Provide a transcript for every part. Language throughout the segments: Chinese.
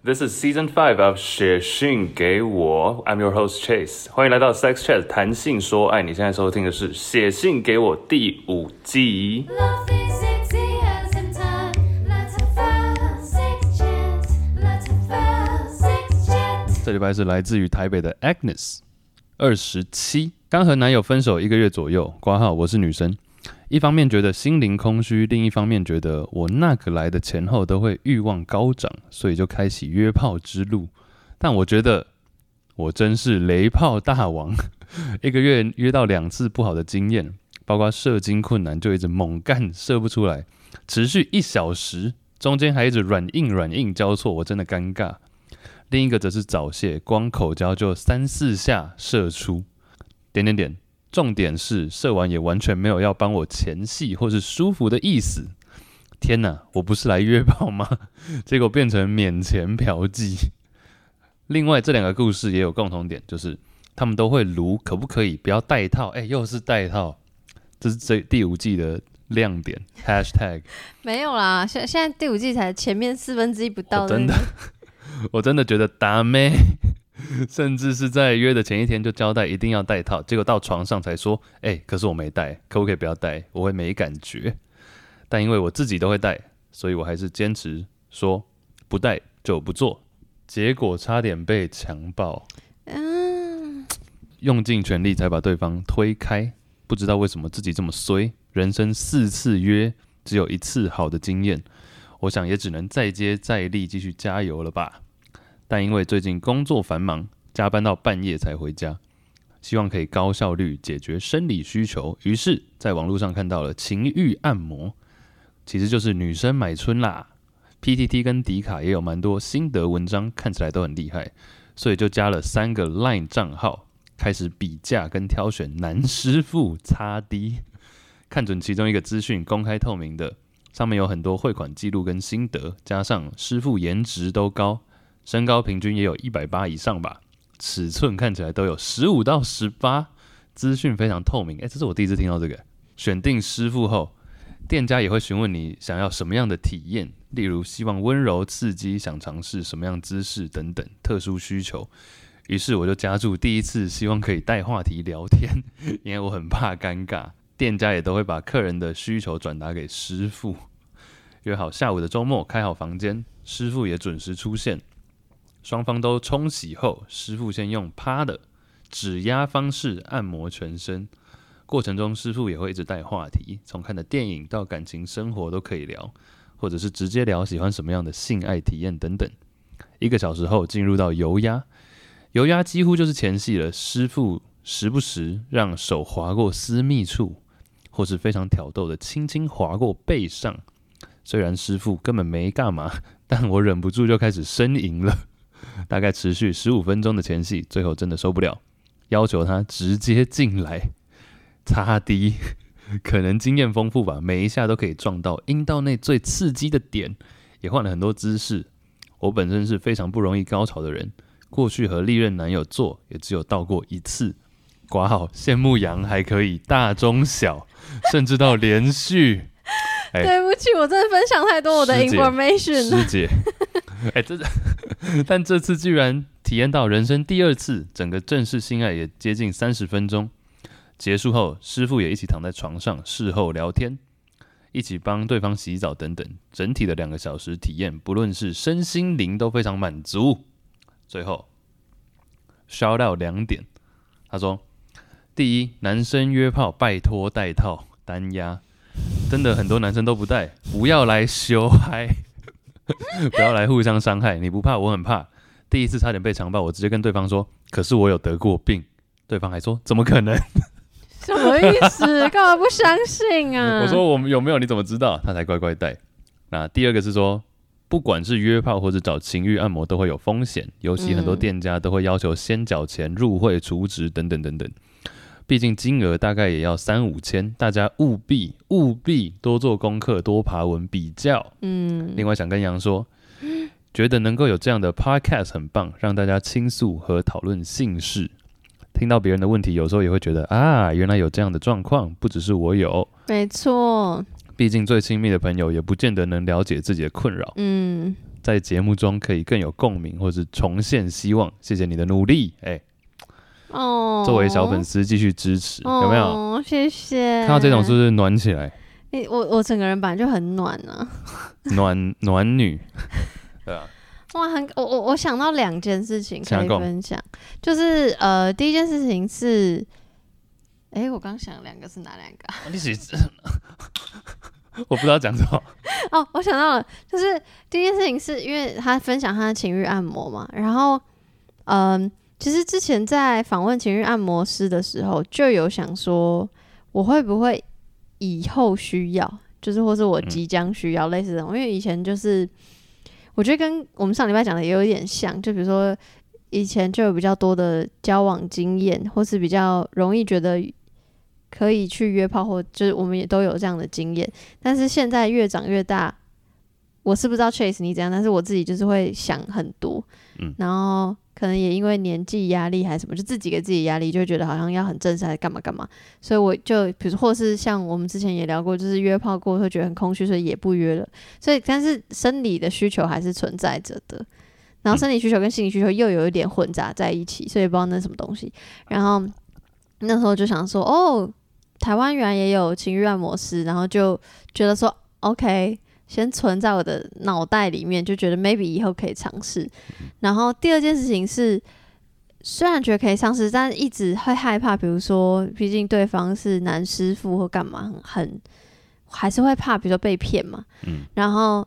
This is season 5 of 写信给我 I'm your host Chase 欢迎来到 Sex Chat 谈性说爱你现在收听的是写信给我第5季这礼拜是来自于台北的 Agnes 27刚和男友分手1个月左右括号我是女生一方面觉得心灵空虚，另一方面觉得我那个来的前后都会欲望高涨，所以就开启约炮之路。但我觉得我真是雷炮大王，1个月约到2次不好的经验，包括射精困难就一直猛干射不出来，持续1小时，中间还一直软硬交错，我真的尴尬。另一个则是早泄，光口交就3、4下射出，重点是射完也完全没有要帮我前戏或是舒服的意思。天哪，我不是来约炮吗？结果变成免钱嫖妓。另外这2个故事也有共同点，就是他们都会撸可不可以不要带套，又是带套，这是第5季的亮点。# 没有啦，现在第5季才前面1/4不到的。 我真的觉得打妹。甚至是在约的前一天就交代一定要带套，结果到床上才说可是我没带，可不可以不要带，我会没感觉。但因为我自己都会带，所以我还是坚持说不带就不做，结果差点被强暴。用尽全力才把对方推开，不知道为什么自己这么衰，人生4次约只有1次好的经验，我想也只能再接再厉继续加油了吧。但因为最近工作繁忙，加班到半夜才回家，希望可以高效率解决生理需求，于是在网络上看到了情欲按摩，其实就是女生买春啦。PTT 跟迪卡也有蛮多心得文章，看起来都很厉害，所以就加了3个 LINE 账号，开始比价跟挑选男师傅擦低，看准其中一个资讯公开透明的，上面有很多汇款记录跟心得，加上师傅颜值都高。身高平均也有180以上吧，尺寸看起来都有15到18，资讯非常透明。这是我第一次听到这个。选定师傅后，店家也会询问你想要什么样的体验，例如希望温柔刺激，想尝试什么样姿势等等特殊需求。于是我就加注第一次希望可以带话题聊天，因为我很怕尴尬。店家也都会把客人的需求转达给师傅。约好下午的周末，开好房间，师傅也准时出现。双方都冲洗后，师傅先用趴的指压方式按摩全身，过程中师傅也会一直带话题，从看的电影到感情生活都可以聊，或者是直接聊喜欢什么样的性爱体验等等。1个小时后进入到油压，油压几乎就是前戏了，师傅时不时让手滑过私密处，或是非常挑逗的轻轻滑过背上。虽然师傅根本没干嘛，但我忍不住就开始呻吟了。大概持续15分钟的前戏，最后真的受不了，要求他直接进来擦低，可能经验丰富吧，每一下都可以撞到阴道内最刺激的点，也换了很多姿势。我本身是非常不容易高潮的人，过去和历任男友做也只有到过1次。括号羡慕羊还可以大中小，甚至到连续。 对不起，我真的分享太多我的 information 师姐但这次居然体验到人生第2次，整个正式性爱也接近30分钟。结束后，师傅也一起躺在床上，事后聊天，一起帮对方洗澡等等，整体的2个小时体验，不论是身心灵都非常满足。最后 shout out 2点，他说：第一，男生约炮拜托带套单压，真的很多男生都不带，不要来羞嗨。不要来互相伤害，你不怕我很怕。第1次差点被强暴，我直接跟对方说，可是我有得过病，对方还说怎么可能？ 什么意思？干嘛不相信啊？ 我说我们有没有？你怎么知道？他才乖乖带。那第2个是说，不管是约炮或者找情欲按摩都会有风险，尤其很多店家都会要求先缴钱、入会、储值等等等等。毕竟金额大概也要3、5千，大家务必多做功课，多爬文比较。另外想跟杨说，觉得能够有这样的 podcast 很棒，让大家倾诉和讨论性事。听到别人的问题，有时候也会觉得原来有这样的状况，不只是我有。 没错， 毕竟最亲密的朋友也不见得能了解自己的困扰。 在节目中可以更有共鸣，或是重现希望。谢谢你的努力， 哦， 作为小粉丝继续支持，有没有？ 谢谢。 看到这种是不是暖起来？ 我整个人本来就很暖啊， 暖女，对啊。 哇，我想到2件事情可以分享，就是第一件事情是，我刚想2个是哪2个？ 你是我不知道讲什么。 哦，我想到了，就是第一件事情是因为他分享他的情欲按摩嘛，然后其实之前在访问情欲按摩师的时候，就有想说我会不会以后需要，就是或是我即将需要类似这种，因为以前就是我觉得跟我们上礼拜讲的也有一点像，就比如说以前就有比较多的交往经验，或是比较容易觉得可以去约炮，或就是我们也都有这样的经验。但是现在越长越大，我是不知道 Chase 你怎样，但是我自己就是会想很多，然后可能也因为年纪压力还是什么，就自己给自己压力，就会觉得好像要很正式，还干嘛干嘛。所以我就比如说，或是像我们之前也聊过，就是约炮过会觉得很空虚，所以也不约了。所以但是生理的需求还是存在着的，然后生理需求跟心理需求又有一点混杂在一起，所以不知道那是什么东西。然后那时候就想说，哦，台湾原来也有情欲按摩师，然后就觉得说 OK， 先存在我的脑袋里面，就觉得 maybe 以后可以尝试。然后第二件事情是，虽然觉得可以尝试，但是一直会害怕，比如说毕竟对方是男师傅或干嘛，还是会怕比如说被骗嘛。然后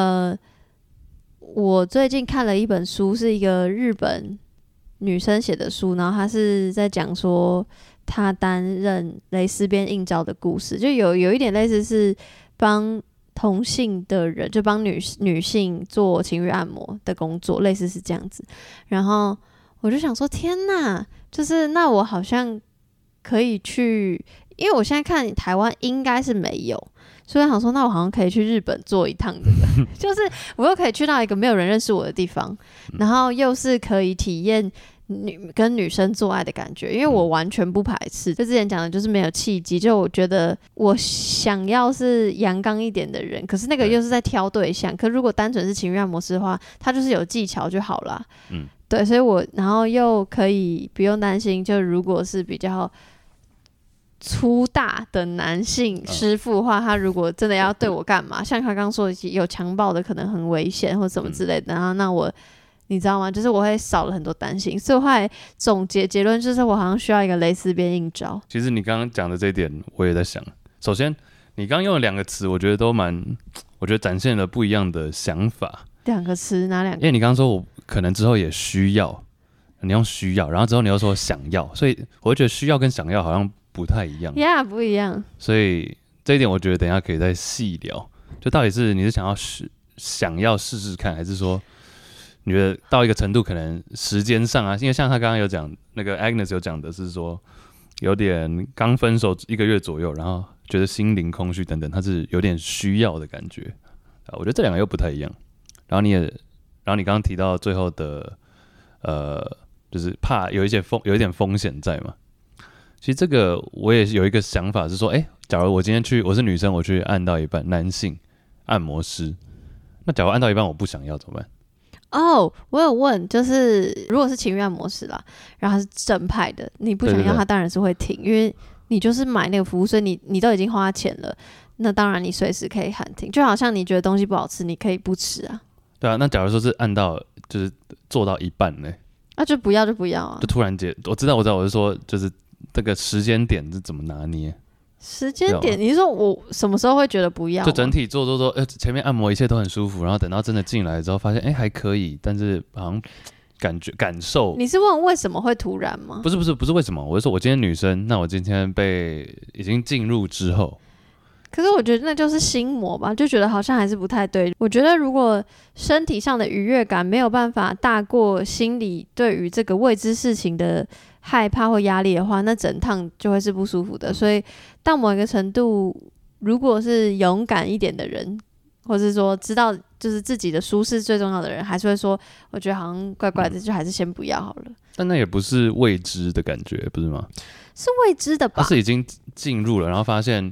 我最近看了一本书，是一个日本女生写的书，然后她是在讲说她担任蕾丝边应招的故事，就有一点类似是帮同性的人，就帮女性做情欲按摩的工作，类似是这样子。然后我就想说，天哪，就是那我好像可以去，因为我现在看台湾应该是没有，所以我想说，那我好像可以去日本做一趟这个，就是我又可以去到一个没有人认识我的地方，然后又是可以体验跟女生做爱的感觉，因为我完全不排斥。就之前讲的就是没有契机，就我觉得我想要是阳刚一点的人，可是那个又是在挑对象。可如果单纯是情欲按摩师的话，他就是有技巧就好啦。对，所以然后又可以不用担心，就如果是比较粗大的男性师傅的话，他如果真的要对我干嘛，像他刚刚说的有强暴的可能很危险或什么之类的，然后那我你知道吗？就是我会少了很多担心，所以我后来总结论就是我好像需要一个蕾丝边应招。 其实你刚刚讲的这一点，我也在想。首先，你刚刚用了2个词，我觉得都我觉得展现了不一样的想法。 2个词哪2个？ 因为你刚刚说我可能之后也需要，你用需要，然后之后你又说想要，所以我会觉得需要跟想要好像不太一样。 Yeah， 不一样。 所以这一点我觉得等一下可以再细聊，就到底是你是想要试试看，还是说你觉得到一个程度，可能时间上啊，因为像他刚刚有讲，那个 Agnes 有讲的是说，有点刚分手1个月左右，然后觉得心灵空虚等等，他是有点需要的感觉我觉得这2个又不太一样。然后你刚刚提到最后的，就是怕有一点风险在嘛。其实这个我也有一个想法是说，假如我今天我是女生，我去按到一半，男性按摩师，那假如按到一半我不想要怎么办？ 我有问，就是如果是情欲按摩师啦，然后他是正派的，你不想要他当然是会停，因为你就是买那个服务，所以你都已经花钱了，那当然你随时可以喊停，就好像你觉得东西不好吃，你可以不吃啊。对啊， 那假如说是按到就是做到一半呢？ 那就不要啊， 就突然间，我知道，我是说就是这个时间点是怎么拿捏？ 时间点，你是说我什么时候会觉得不要？ 就整体做，前面按摩一切都很舒服，然后等到真的进来之后，发现还可以，但是好像感受。 你是问为什么会突然吗？ 不是为什么，我是说我今天女生，那我今天已经进入之后。 可是我觉得那就是心魔吧，就觉得好像还是不太对。我觉得如果身体上的愉悦感没有办法大过心理对于这个未知事情的害怕或压力的话，那整趟就会是不舒服的。所以到某一个程度，如果是勇敢一点的人，或是说知道就是自己的舒适最重要的人，还是会说我觉得好像怪怪的，就还是先不要好了。 但那也不是未知的感觉，不是吗？ 是未知的吧？ 他是已经进入了，然后发现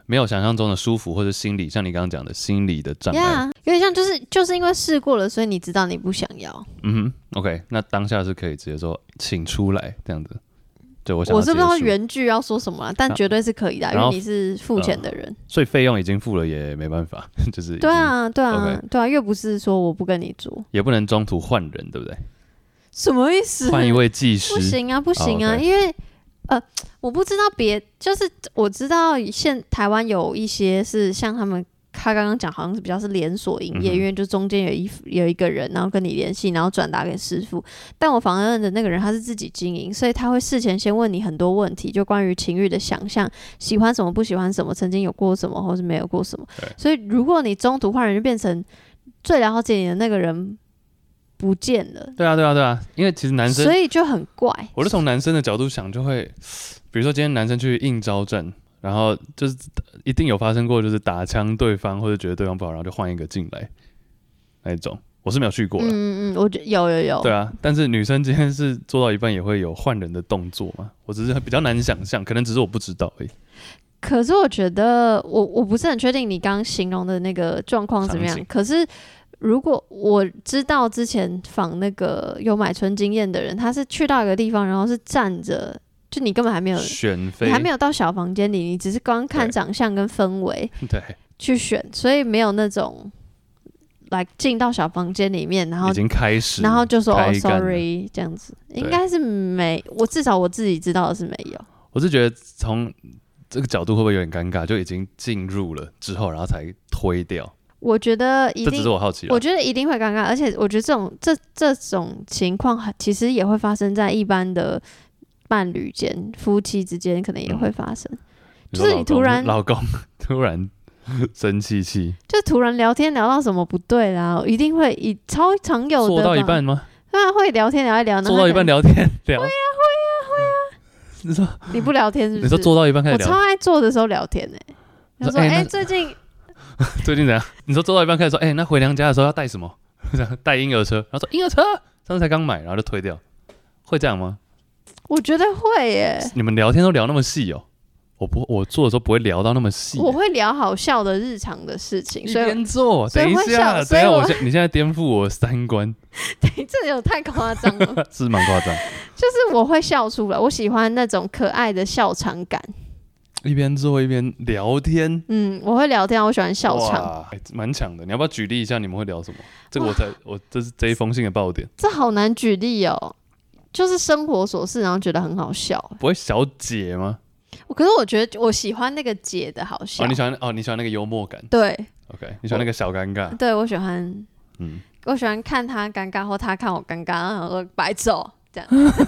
没有想象中的舒服，或者心理像你刚刚讲的心理的障碍。 Yeah， 有点像就是因为试过了，所以你知道你不想要。 嗯哼 ，OK， 那当下是可以直接说请出来这样子。对，我是不知道原句要说什么啦，但绝对是可以的，因为你是付钱的人， 所以费用已经付了也没办法，就是对啊，对啊， okay， 对啊，又不是说我不跟你做， 也不能中途换人，对不对？ 什么意思？ 换一位技师？ 不行啊，不行啊， okay， 因为我不知道就是我知道台湾有一些是像他刚刚讲好像是比较是连锁营业，因为就中间有一个人，然后跟你联系，然后转达给师傅。但我访问的那个人他是自己经营，所以他会事前先问你很多问题，就关于情欲的想象，喜欢什么不喜欢什么，曾经有过什么或是没有过什么。所以如果你中途换人，就变成最了解你的那个人不见了。 对啊，因为其实男生， 所以就很怪。 我是从男生的角度想，就会比如说今天男生去应招战。然后就是一定有发生过，就是打枪对方或者觉得对方不好，然后就换一个进来那一种，我是没有去过了。 我觉得有。 对啊，但是女生今天是做到一半也会有换人的动作嘛？我只是比较难想象，可能只是我不知道而已。 可是我觉得我不是很确定你刚刚形容的那个状况怎么样。可是如果我知道之前访那个有买春经验的人，他是去到一个地方，然后是站着。就你根本还没有选妃，你还没有到小房间里，你只是光看长相跟氛围对去选，所以没有那种来进到小房间里面，然后已经开始， 然后就说哦 sorry 这样子，应该是没，至少我自己知道的是没有。 我是觉得从这个角度会不会有点尴尬？就已经进入了之后，然后才推掉。 我觉得一定， 这只是我好奇。 我觉得一定会尴尬，而且我觉得这种情况其实也会发生在一般的。伴侣间、夫妻之间可能也会发生，就是你突然老公突然生气， 就突然聊天聊到什么不对啦，一定会超常有的。 做到一半吗？ 当然会聊天聊一聊， 做到一半聊天聊。 会啊。你说你不聊天是不是？ 你说做到一半开始聊， 我超爱做的时候聊天他说最近怎样？你说做到一半开始说那回娘家的时候要带什么？带婴儿车，然后说婴儿车上次才刚买，然后就推掉，会这样吗？ 我觉得会耶。 你们聊天都聊那么细哦？我做的时候不会聊到那么细。 我会聊好笑的日常的事情，所以边做。等一下，你现在颠覆我三观。 对，这有太夸张了。 是蛮夸张。 就是我会笑出来，我喜欢那种可爱的笑场感。 一边做一边聊天。 我会聊天，我喜欢笑场。 哇，蛮强的。你要不要举例一下你们会聊什么？这个这是这一封信的爆点。 这好难举例哦。就是生活琐事，然后觉得很好笑。 不会小解吗？ 可是我觉得我喜欢那个解的好笑。 你喜欢那个幽默感。 对 ，OK， 你喜欢那个小尴尬。 对，我喜欢。我喜欢看他尴尬，或他看我尴尬，然后说白走这样。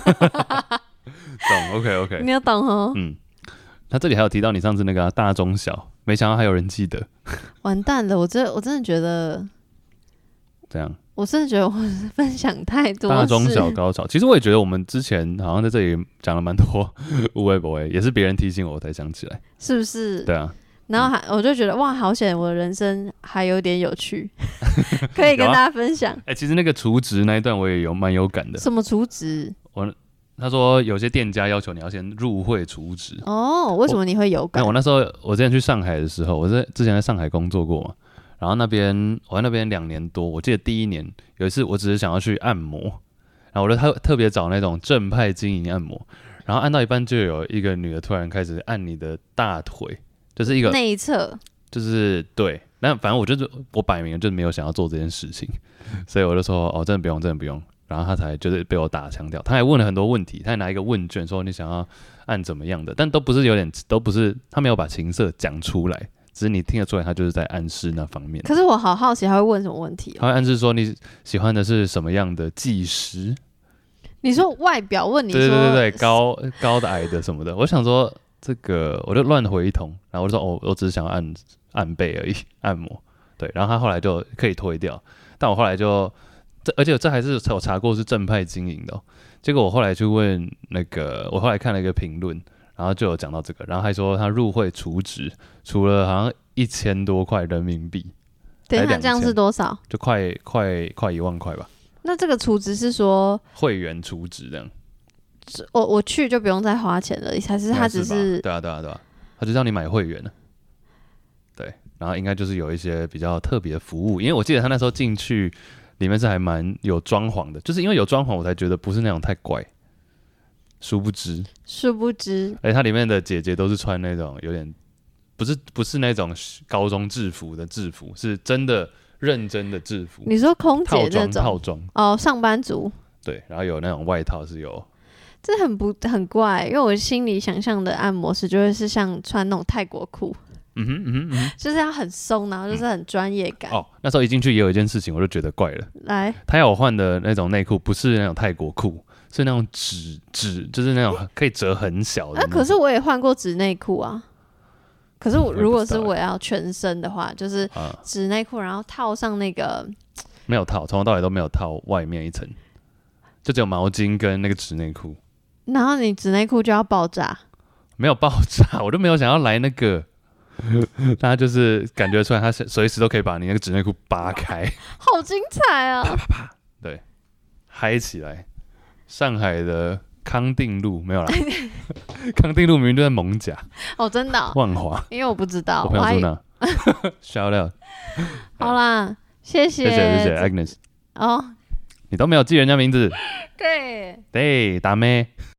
懂 ，OK， 你有懂哦。 他这里还有提到你上次那个大中小，没想到还有人记得。 完蛋了，我真的觉得。 这样。 我真的觉得我分享太多大中小高潮，其实我也觉得我们之前好像在这里讲了蛮多无微不微，也是别人提醒我才想起来， 是不是？ 对啊， 然后我就觉得哇，好险，我的人生还有点有趣，可以跟大家分享。 其实那个除职那一段我也蛮有感的。 什么除职？ 他说有些店家要求你要先入会除职。 哦，为什么你会有感？ 我那时候我之前去上海的时候，之前在上海工作过嘛。然后我在那边2年多，我记得第1年有一次，我只是想要去按摩，然后我就特别找那种正派经营按摩，然后按到一半就有一个女的突然开始按你的大腿，就是一个内侧， 就是对，那反正我摆明了就没有想要做这件事情，所以我就说真的不用，然后他才就是被我打枪掉，他还问了很多问题，他还拿一个问卷说你想要按怎么样的，但都不是他没有把情色讲出来。只是你听得出来，他就是在暗示那方面。 可是我好好奇，他会问什么问题？ 他会暗示说你喜欢的是什么样的技师？ 你说外表问你说， 对，高的矮的什么的。我想说这个，我就乱回一通，然后我就说我只是想要按背而已，按摩。对，然后他后来就可以推掉，但我后来而且这还是我查过是正派经营的。结果我后来去问我后来看了一个评论。然后就有讲到这个，然后还说他入会除职，除了好像1000多块人民币。 等一下，这样是多少？ 就快1万块吧。 那这个除职是说会员除职这样？ 我去就不用再花钱了，还是他只是？ 对啊，他就让你买会员了。 然后应该就是有一些比较特别的服务，因为我记得他那时候进去里面是还蛮有装潢的，就是因为有装潢我才觉得不是那种太怪。殊不知，它里面的姐姐都是穿那种有点不是那种高中制服的制服，是真的认真的制服。 你说空姐那种套装哦，上班族。 对，然后有那种外套是有。 这很怪，因为我心里想象的按摩师就会是像穿那种泰国裤，就是要很松，然后就是很专业感。 那时候一进去也有一件事情，我就觉得怪了。 来， 他要我换的那种内裤不是那种泰国裤，是那种纸，就是那种可以折很小的。 可是我也换过纸内裤啊。可是如果是我要全身的话，就是纸内裤，然后套上那个没有套，从头到尾都没有套外面一层，就只有毛巾跟那个纸内裤。 然后你纸内裤就要爆炸？ 没有爆炸，我就没有想要来那个。他就是感觉出来，他随时都可以把你那个纸内裤扒开， 好精彩啊！ 啪啪啪，对，嗨起来。上海的康定路没有啦，康定路明明就在艋舺。 哦，真的哦？ 万华， 因为我不知道， 我朋友住那。shout out。 好啦，谢谢 Agnes。 哦， 你都没有记人家名字。 对， 对，打咩？